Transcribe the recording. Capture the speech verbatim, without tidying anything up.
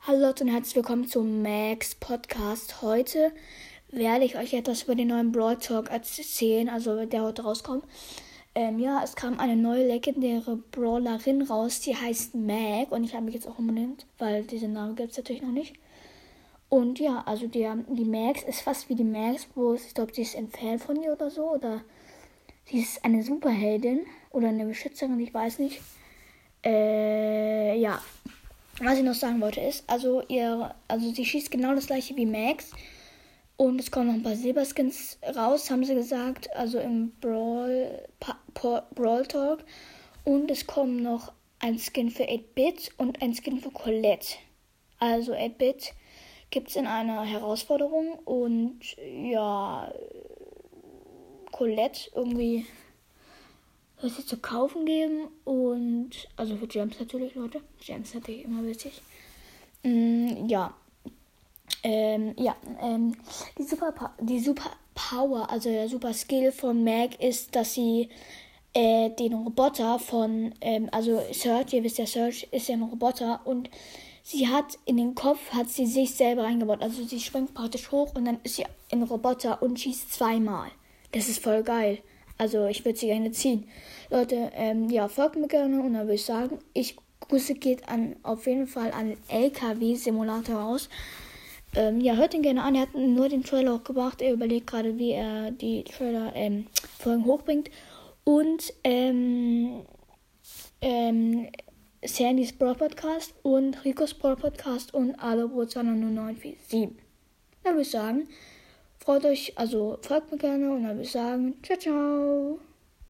Hallo Leute und herzlich willkommen zum Max Podcast. Heute werde ich euch etwas über den neuen Brawl Talk erzählen, also der heute rauskommt. Ähm, ja, es kam eine neue legendäre Brawlerin raus, die heißt Mag und ich habe mich jetzt auch umbenannt, weil diesen Namen gibt es natürlich noch nicht. Und ja, also die, die Max ist fast wie die Max, wo ich glaube, sie ist ein Fan von ihr oder so, oder sie ist eine Superheldin oder eine Beschützerin, ich weiß nicht. Äh, ja. Was ich noch sagen wollte ist, also ihr, also sie schießt genau das gleiche wie Max und es kommen noch ein paar Silberskins raus, haben sie gesagt, also im Brawl, pa, pa, Brawl Talk, und es kommen noch ein Skin für acht-Bit und ein Skin für Colette. Also acht-Bit gibt es in einer Herausforderung und ja, Colette irgendwie was sie zu kaufen geben und also für Gems natürlich, Leute. Gems natürlich immer wichtig. Mm, ja. Ähm, ja, ähm, die Super die Super Power, also der Super Skill von Mag ist, dass sie äh, den Roboter von, ähm, also Surge, ihr wisst ja, Surge ist ja ein Roboter und sie hat in den Kopf, hat sie sich selber reingebaut. Also sie springt praktisch hoch und dann ist sie ein Roboter und schießt zweimal. Das ist voll geil. Also ich würde sie gerne ziehen. Leute, ähm, ja, folgt mir gerne und dann würde ich sagen, ich Grüße geht an, auf jeden Fall an L K W-Simulator raus. Ähm, ja, hört ihn gerne an. Er hat nur den Trailer hochgebracht. Er überlegt gerade, wie er die Trailer, ähm, Folgen hochbringt. Und, ähm, ähm, Sandys Brawl Podcast und Ricos Brawl Podcast und Alo neun vier sieben. Dann würde ich sagen, freut euch, also folgt mir gerne und dann würde ich sagen, ciao, ciao.